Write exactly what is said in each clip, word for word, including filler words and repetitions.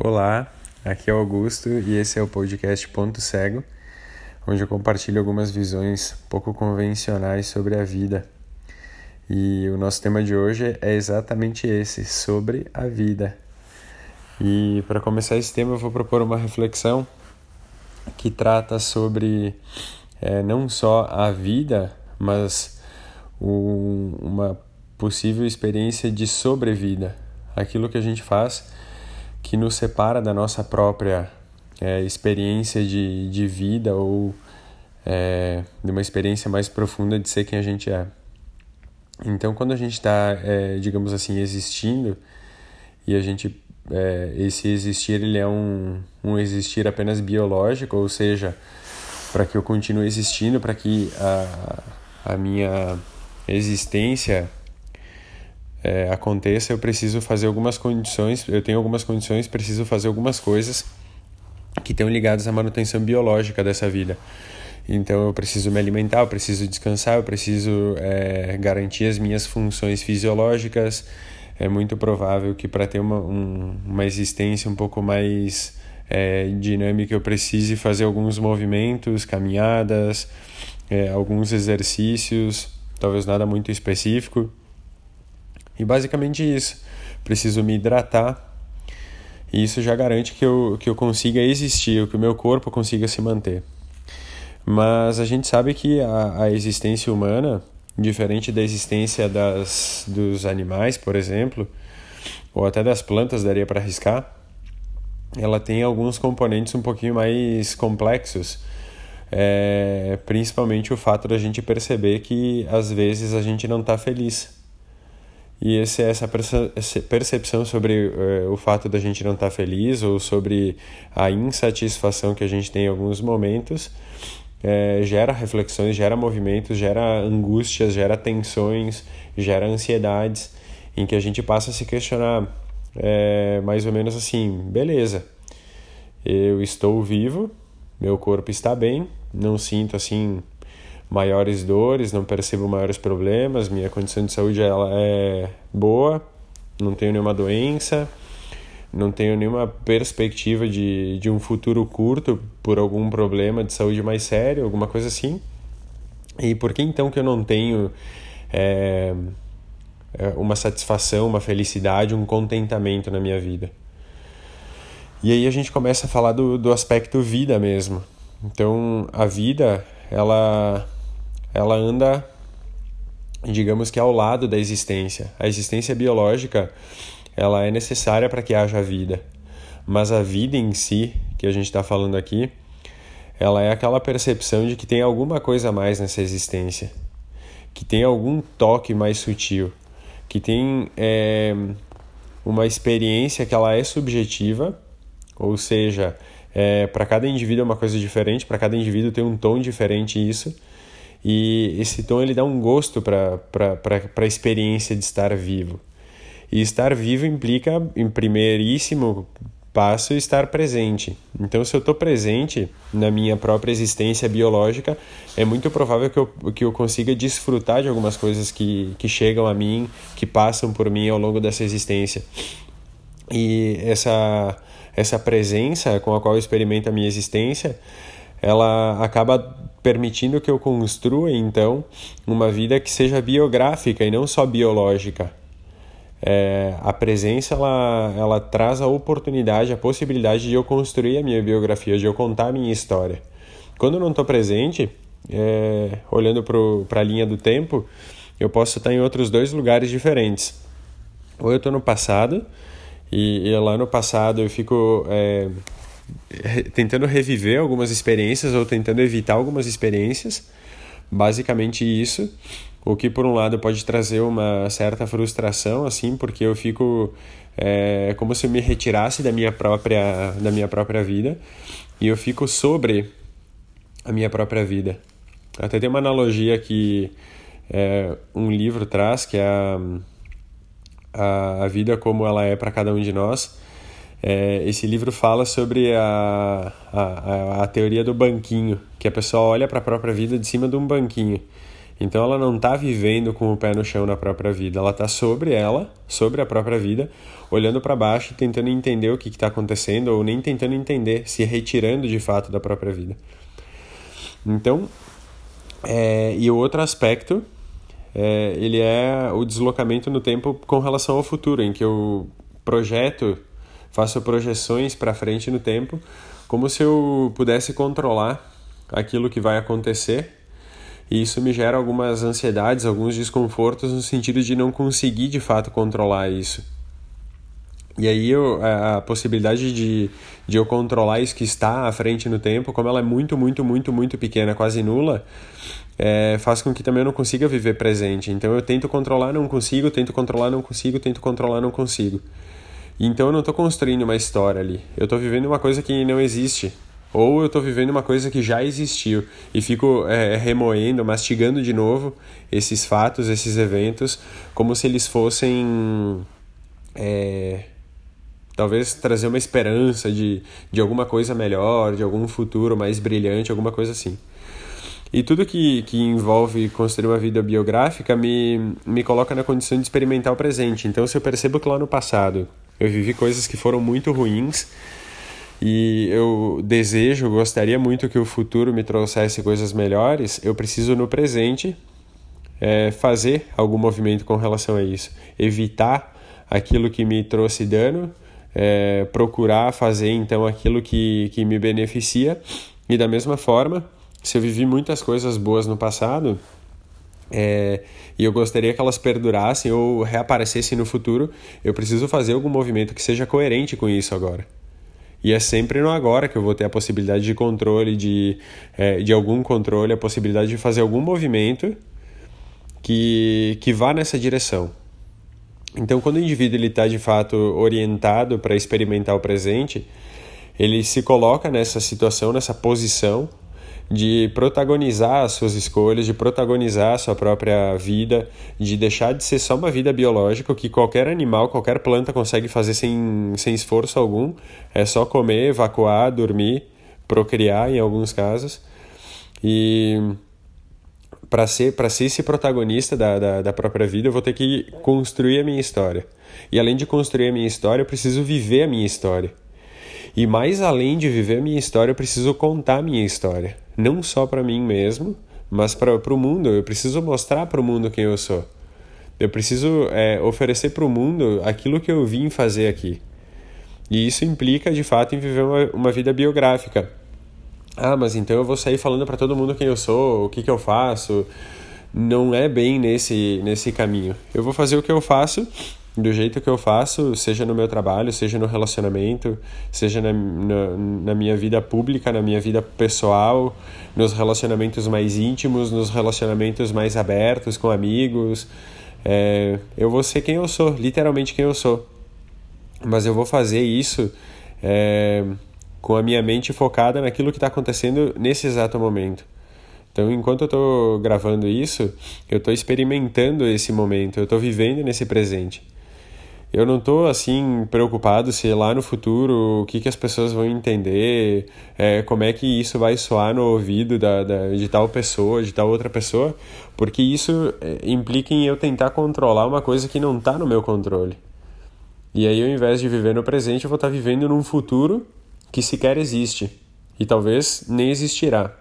Olá, aqui é o Augusto e esse é o podcast Ponto Cego, onde eu compartilho algumas visões pouco convencionais sobre a vida. E o nosso tema de hoje é exatamente esse, sobre a vida. E para começar esse tema eu vou propor uma reflexão que trata sobre é, não só a vida, mas um, uma possível experiência de sobrevida, aquilo que a gente faz que nos separa da nossa própria é, experiência de, de vida ou é, de uma experiência mais profunda de ser quem a gente é. Então, quando a gente está, é, digamos assim, existindo, e a gente, é, esse existir ele é um, um existir apenas biológico, ou seja, para que eu continue existindo, para que a, a minha existência É, aconteça, eu preciso fazer algumas condições, eu tenho algumas condições, preciso fazer algumas coisas que estão ligadas à manutenção biológica dessa vida. Então eu preciso me alimentar, eu preciso descansar, eu preciso é, garantir as minhas funções fisiológicas. É muito provável que para ter uma, um, uma existência um pouco mais é, dinâmica eu precise fazer alguns movimentos, caminhadas, é, alguns exercícios, talvez nada muito específico. E basicamente isso, preciso me hidratar e isso já garante que eu, que eu consiga existir, que o meu corpo consiga se manter. Mas a gente sabe que a, a existência humana, diferente da existência das, dos animais, por exemplo, ou até das plantas, daria para arriscar, ela tem alguns componentes um pouquinho mais complexos, é, principalmente o fato da gente perceber que às vezes a gente não está feliz. E esse, essa percepção sobre uh, o fato da gente não estar feliz ou sobre a insatisfação que a gente tem em alguns momentos uh, gera reflexões, gera movimentos, gera angústias, gera tensões, gera ansiedades, em que a gente passa a se questionar uh, mais ou menos assim, beleza, eu estou vivo, meu corpo está bem, não sinto assim maiores dores, não percebo maiores problemas, minha condição de saúde ela é boa, não tenho nenhuma doença, não tenho nenhuma perspectiva de, de um futuro curto por algum problema de saúde mais sério, alguma coisa assim. E por que então que eu não tenho é, uma satisfação, uma felicidade, um contentamento na minha vida? E aí a gente começa a falar do, do aspecto vida mesmo. Então a vida, ela... ela anda, digamos que ao lado da existência. A existência biológica, ela é necessária para que haja vida. Mas a vida em si, que a gente está falando aqui, ela é aquela percepção de que tem alguma coisa a mais nessa existência. Que tem algum toque mais sutil. Que tem é, uma experiência que ela é subjetiva, ou seja, é, para cada indivíduo é uma coisa diferente, para cada indivíduo tem um tom diferente isso. E esse tom ele dá um gosto para a experiência de estar vivo. E estar vivo implica, em primeiríssimo passo, estar presente. Então, se eu estou presente na minha própria existência biológica, é muito provável que eu, que eu consiga desfrutar de algumas coisas que, que chegam a mim, que passam por mim ao longo dessa existência. E essa, essa presença com a qual eu experimento a minha existência, ela acaba permitindo que eu construa, então, uma vida que seja biográfica e não só biológica. É, a presença, ela, ela traz a oportunidade, a possibilidade de eu construir a minha biografia, de eu contar a minha história. Quando eu não estou presente, é, olhando para a linha do tempo, eu posso estar em outros dois lugares diferentes. Ou eu estou no passado, e, e lá no passado eu fico... É, tentando reviver algumas experiências ou tentando evitar algumas experiências, basicamente isso, o que por um lado pode trazer uma certa frustração, assim, porque eu fico é, como se eu me retirasse da minha própria, da minha própria vida e eu fico sobre a minha própria vida. Até tem uma analogia que é, um livro traz, que é a, a, a vida como ela é para cada um de nós. É, esse livro fala sobre a, a, a teoria do banquinho, que a pessoa olha para a própria vida de cima de um banquinho. Então ela não está vivendo com o pé no chão na própria vida, ela está sobre ela, sobre a própria vida, olhando para baixo, tentando entender o que está acontecendo, ou nem tentando entender, se retirando de fato da própria vida. Então, é, e o outro aspecto, é, ele é o deslocamento no tempo com relação ao futuro, em que eu projeto, faço projeções para frente no tempo, como se eu pudesse controlar aquilo que vai acontecer. E isso me gera algumas ansiedades, alguns desconfortos, no sentido de não conseguir de fato controlar isso. E aí eu, a, a possibilidade de, de eu controlar isso que está à frente no tempo, como ela é muito, muito, muito, muito pequena, quase nula, é, faz com que também eu não consiga viver presente. Então eu tento controlar, não consigo, tento controlar, não consigo, tento controlar, não consigo. Então eu não estou construindo uma história ali, eu estou vivendo uma coisa que não existe. Ou eu estou vivendo uma coisa que já existiu e fico é, remoendo, mastigando de novo esses fatos, esses eventos, como se eles fossem, é, talvez trazer uma esperança de, de alguma coisa melhor, de algum futuro mais brilhante, alguma coisa assim. E tudo que, que envolve construir uma vida biográfica me, me coloca na condição de experimentar o presente. Então, se eu percebo que lá no passado eu vivi coisas que foram muito ruins, e eu desejo, gostaria muito que o futuro me trouxesse coisas melhores, eu preciso no presente é, fazer algum movimento com relação a isso. Evitar aquilo que me trouxe dano, é, procurar fazer então aquilo que, que me beneficia. E da mesma forma, se eu vivi muitas coisas boas no passado, é, e eu gostaria que elas perdurassem ou reaparecessem no futuro, eu preciso fazer algum movimento que seja coerente com isso agora. E é sempre no agora que eu vou ter a possibilidade de controle, de, é, de algum controle, a possibilidade de fazer algum movimento que, que vá nessa direção. Então, quando o indivíduo está de fato orientado para experimentar o presente, ele se coloca nessa situação, nessa posição de protagonizar as suas escolhas, de protagonizar a sua própria vida, de deixar de ser só uma vida biológica, o que qualquer animal, qualquer planta consegue fazer sem, sem esforço algum. É só comer, evacuar, dormir, procriar em alguns casos. E para ser, para ser esse protagonista da, da, da própria vida, eu vou ter que construir a minha história. E além de construir a minha história, eu preciso viver a minha história. E mais além de viver a minha história, eu preciso contar a minha história. Não só para mim mesmo, mas para o mundo. Eu preciso mostrar para o mundo quem eu sou. Eu preciso é, oferecer para o mundo aquilo que eu vim fazer aqui. E isso implica, de fato, em viver uma, uma vida biográfica. Ah, mas então eu vou sair falando para todo mundo quem eu sou, o que, que eu faço. Não é bem nesse, nesse caminho. Eu vou fazer o que eu faço do jeito que eu faço, seja no meu trabalho, seja no relacionamento, seja na, na, na minha vida pública, na minha vida pessoal, nos relacionamentos mais íntimos, nos relacionamentos mais abertos com amigos. É, eu vou ser quem eu sou, literalmente quem eu sou. Mas eu vou fazer isso é, com a minha mente focada naquilo que está acontecendo nesse exato momento. Então, enquanto eu estou gravando isso, eu estou experimentando esse momento, eu estou vivendo nesse presente. Eu não estou, assim, preocupado se lá no futuro o que, que as pessoas vão entender, é, como é que isso vai soar no ouvido da, da, de tal pessoa, de tal outra pessoa, porque isso é, implica em eu tentar controlar uma coisa que não está no meu controle. E aí, ao invés de viver no presente, eu vou estar vivendo num futuro que sequer existe e talvez nem existirá.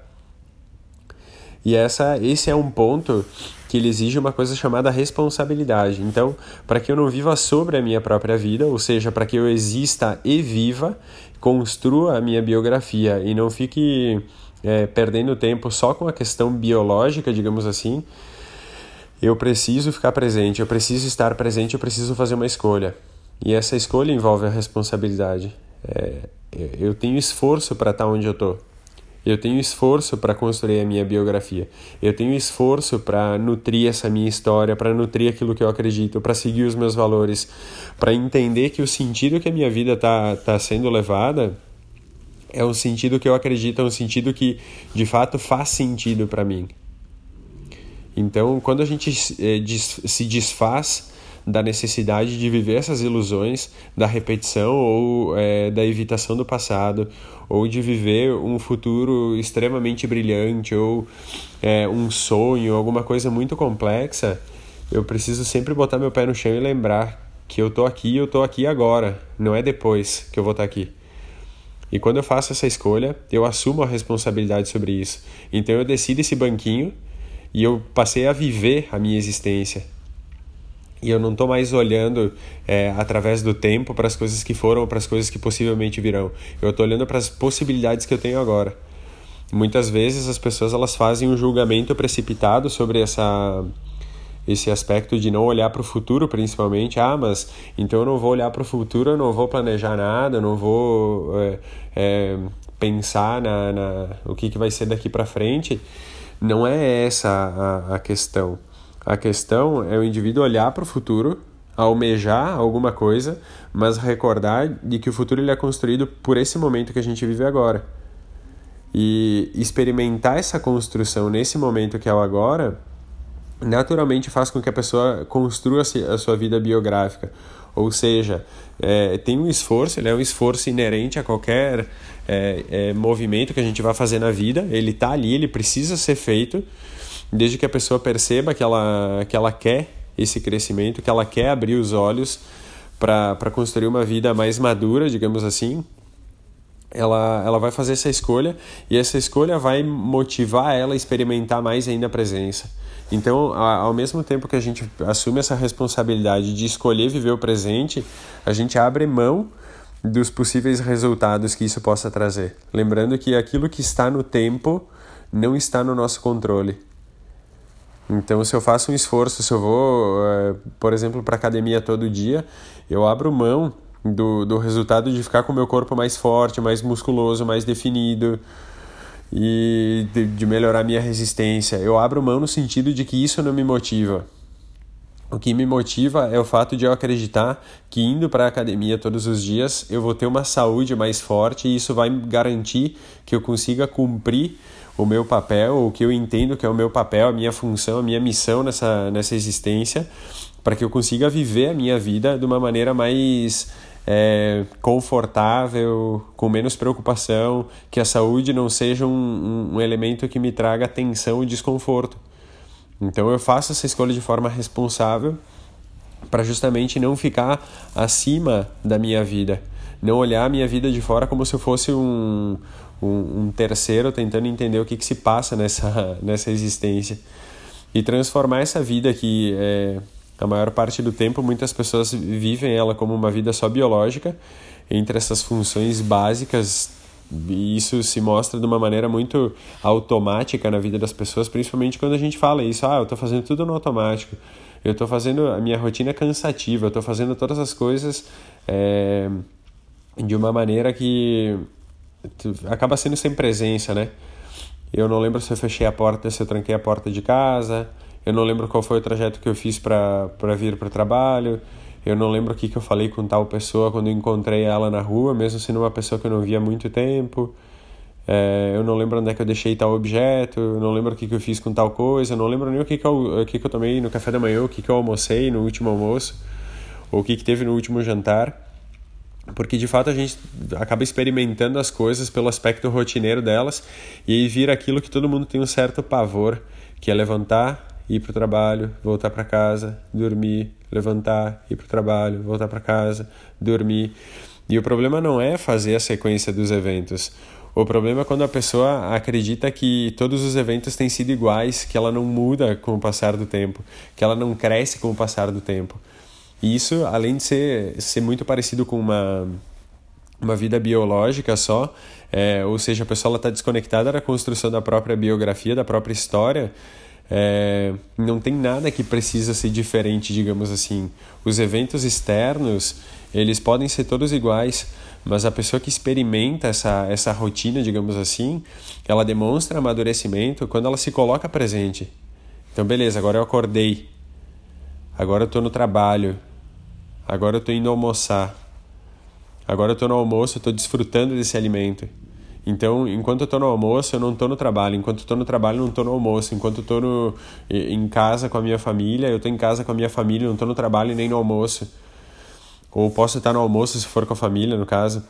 E essa, esse é um ponto que ele exige uma coisa chamada responsabilidade. Então, para que eu não viva sobre a minha própria vida, ou seja, para que eu exista e viva, construa a minha biografia e não fique é, perdendo tempo só com a questão biológica, digamos assim, eu preciso ficar presente, eu preciso estar presente, eu preciso fazer uma escolha. E essa escolha envolve a responsabilidade. É, eu tenho esforço para estar onde eu estou. Eu tenho esforço para construir a minha biografia. Eu tenho esforço para nutrir essa minha história, para nutrir aquilo que eu acredito, para seguir os meus valores, para entender que o sentido que a minha vida está tá sendo levada é um sentido que eu acredito, é um sentido que de fato faz sentido para mim. Então, quando a gente é, des, se desfaz da necessidade de viver essas ilusões da repetição ou é, da evitação do passado, ou de viver um futuro extremamente brilhante, ou é, um sonho, alguma coisa muito complexa, eu preciso sempre botar meu pé no chão e lembrar que eu tô aqui, eu tô aqui agora, não é depois que eu vou estar aqui. E quando eu faço essa escolha, eu assumo a responsabilidade sobre isso. Então eu decido esse banquinho e eu passei a viver a minha existência. E eu não estou mais olhando é, através do tempo para as coisas que foram ou para as coisas que possivelmente virão. Eu estou olhando para as possibilidades que eu tenho agora. Muitas vezes as pessoas elas fazem um julgamento precipitado sobre essa... esse aspecto de não olhar para o futuro, principalmente. Ah, mas então eu não vou olhar para o futuro, eu não vou planejar nada, eu não vou é, é, pensar na, na, o que, que vai ser daqui para frente. Não é essa a, a questão. A questão é o indivíduo olhar para o futuro, almejar alguma coisa, mas recordar de que o futuro ele é construído por esse momento que a gente vive agora. E experimentar essa construção nesse momento que é o agora naturalmente faz com que a pessoa construa a sua vida biográfica. Ou seja, é, tem um esforço, ele é um esforço inerente a qualquer é, é, movimento que a gente vai fazer na vida. Ele está ali, ele precisa ser feito, desde que a pessoa perceba que ela, que ela quer esse crescimento, que ela quer abrir os olhos para para construir uma vida mais madura, digamos assim. Ela, ela vai fazer essa escolha e essa escolha vai motivar ela a experimentar mais ainda a presença. Então, ao mesmo tempo que a gente assume essa responsabilidade de escolher viver o presente, a gente abre mão dos possíveis resultados que isso possa trazer. Lembrando que aquilo que está no tempo não está no nosso controle. Então, se eu faço um esforço, se eu vou, por exemplo, para a academia todo dia, eu abro mão do, do resultado de ficar com o meu corpo mais forte, mais musculoso, mais definido, e de, de melhorar minha resistência. Eu abro mão no sentido de que isso não me motiva. O que me motiva é o fato de eu acreditar que indo para a academia todos os dias eu vou ter uma saúde mais forte e isso vai garantir que eu consiga cumprir o meu papel, o que eu entendo que é o meu papel, a minha função, a minha missão nessa, nessa existência, para que eu consiga viver a minha vida de uma maneira mais É, confortável, com menos preocupação, que a saúde não seja um, um, um elemento que me traga tensão e desconforto. Então eu faço essa escolha de forma responsável para justamente não ficar acima da minha vida, não olhar a minha vida de fora como se eu fosse um, um, um terceiro tentando entender o que, que se passa nessa, nessa existência e transformar essa vida que é a maior parte do tempo, muitas pessoas vivem ela como uma vida só biológica, entre essas funções básicas, e isso se mostra de uma maneira muito automática na vida das pessoas, principalmente quando a gente fala isso, ah, eu estou fazendo tudo no automático, eu estou fazendo, a minha rotina é cansativa, eu estou fazendo todas as coisas é, de uma maneira que acaba sendo sem presença, né? Eu não lembro se eu fechei a porta, se eu tranquei a porta de casa. Eu não lembro qual foi o trajeto que eu fiz para para vir para o trabalho. Eu não lembro o que, que eu falei com tal pessoa quando eu encontrei ela na rua, mesmo sendo uma pessoa que eu não via há muito tempo. É, eu não lembro onde é que eu deixei tal objeto. Eu não lembro o que, que eu fiz com tal coisa. Eu não lembro nem o que, que, eu, o que, que eu tomei no café da manhã, o que, que eu almocei no último almoço, ou o que, que teve no último jantar. Porque de fato a gente acaba experimentando as coisas pelo aspecto rotineiro delas e aí vira aquilo que todo mundo tem um certo pavor, que é levantar, ir para o trabalho, voltar para casa, dormir, levantar, ir para o trabalho, voltar para casa, dormir. E o problema não é fazer a sequência dos eventos. O problema é quando a pessoa acredita que todos os eventos têm sido iguais, que ela não muda com o passar do tempo, que ela não cresce com o passar do tempo. E isso, além de ser, ser muito parecido com uma, uma vida biológica só, é, ou seja, a pessoa está desconectada da construção da própria biografia, da própria história, É, não tem nada que precisa ser diferente, digamos assim. Os eventos externos, eles podem ser todos iguais, mas a pessoa que experimenta essa, essa rotina, digamos assim, ela demonstra amadurecimento quando ela se coloca presente. Então, beleza, agora eu acordei, agora eu estou no trabalho, agora eu estou indo almoçar, agora eu estou no almoço, eu estou desfrutando desse alimento. Então, enquanto eu estou no almoço, eu não estou no trabalho. Enquanto eu estou no trabalho, eu não estou no almoço. Enquanto eu estou no, em casa com a minha família, eu estou em casa com a minha família, eu não estou no trabalho nem no almoço. Ou posso estar no almoço se for com a família, no caso.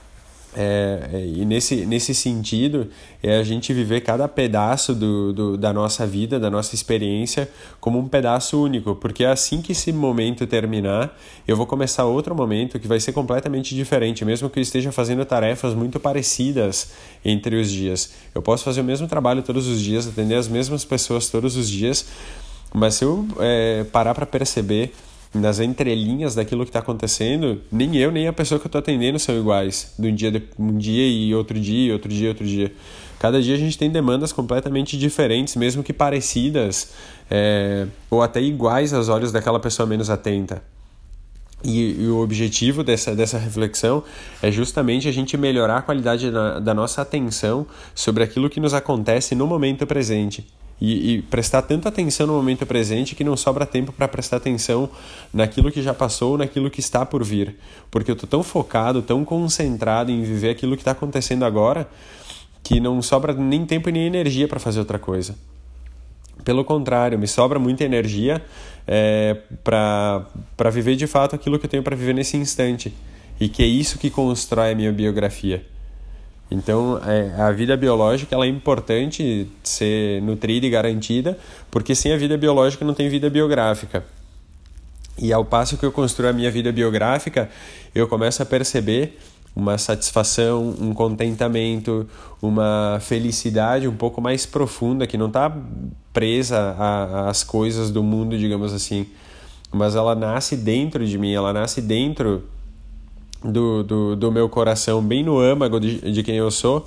É, é, e nesse, nesse sentido, é a gente viver cada pedaço do, do, da nossa vida, da nossa experiência, como um pedaço único, porque assim que esse momento terminar, eu vou começar outro momento que vai ser completamente diferente, mesmo que eu esteja fazendo tarefas muito parecidas entre os dias. Eu posso fazer o mesmo trabalho todos os dias, atender as mesmas pessoas todos os dias, mas se eu é, parar para perceber nas entrelinhas daquilo que está acontecendo, nem eu, nem a pessoa que eu estou atendendo são iguais. De um dia, de, um dia e outro dia, outro dia, outro dia. Cada dia a gente tem demandas completamente diferentes, mesmo que parecidas, é, ou até iguais aos olhos daquela pessoa menos atenta. E, e o objetivo dessa, dessa reflexão é justamente a gente melhorar a qualidade da, da nossa atenção sobre aquilo que nos acontece no momento presente. E, e prestar tanta atenção no momento presente que não sobra tempo para prestar atenção naquilo que já passou, naquilo que está por vir. Porque eu estou tão focado, tão concentrado em viver aquilo que está acontecendo agora, que não sobra nem tempo e nem energia para fazer outra coisa. Pelo contrário, me sobra muita energia é, para para viver de fato aquilo que eu tenho para viver nesse instante. E que é isso que constrói a minha biografia. Então, é, a vida biológica ela é importante ser nutrida e garantida, porque sem a vida biológica não tem vida biográfica. E ao passo que eu construo a minha vida biográfica, eu começo a perceber uma satisfação, um contentamento, uma felicidade um pouco mais profunda, que não está presa às coisas do mundo, digamos assim, mas ela nasce dentro de mim, ela nasce dentro Do, do, do meu coração, bem no âmago de, de quem eu sou,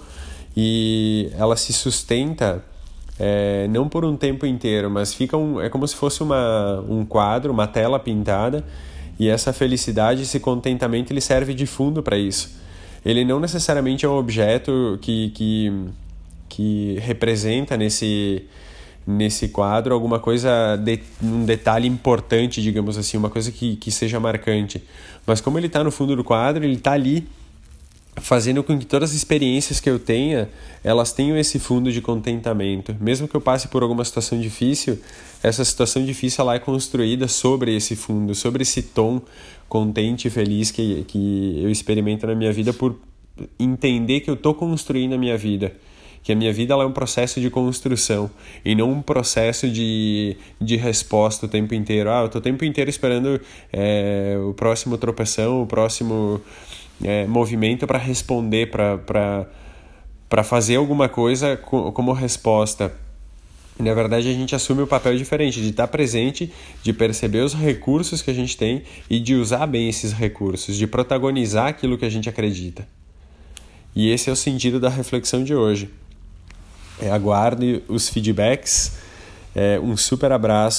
e ela se sustenta é, não por um tempo inteiro, mas fica um, é como se fosse uma, um quadro, uma tela pintada, e essa felicidade, esse contentamento, ele serve de fundo para isso. Ele não necessariamente é um objeto que, que, que representa nesse, nesse quadro alguma coisa, de, um detalhe importante, digamos assim, uma coisa que, que seja marcante. Mas como ele está no fundo do quadro, ele está ali fazendo com que todas as experiências que eu tenha, elas tenham esse fundo de contentamento. Mesmo que eu passe por alguma situação difícil, essa situação difícil ela é construída sobre esse fundo, sobre esse tom contente e feliz que, que eu experimento na minha vida por entender que eu estou construindo a minha vida. Que a minha vida ela é um processo de construção e não um processo de, de resposta o tempo inteiro. Ah, eu estou o tempo inteiro esperando é, o próximo tropeção, o próximo é, movimento para responder, para fazer alguma coisa co- como resposta. Na verdade, a gente assume o papel diferente, de estar presente, de perceber os recursos que a gente tem e de usar bem esses recursos, de protagonizar aquilo que a gente acredita. E esse é o sentido da reflexão de hoje. É, aguarde os feedbacks. É, um super abraço.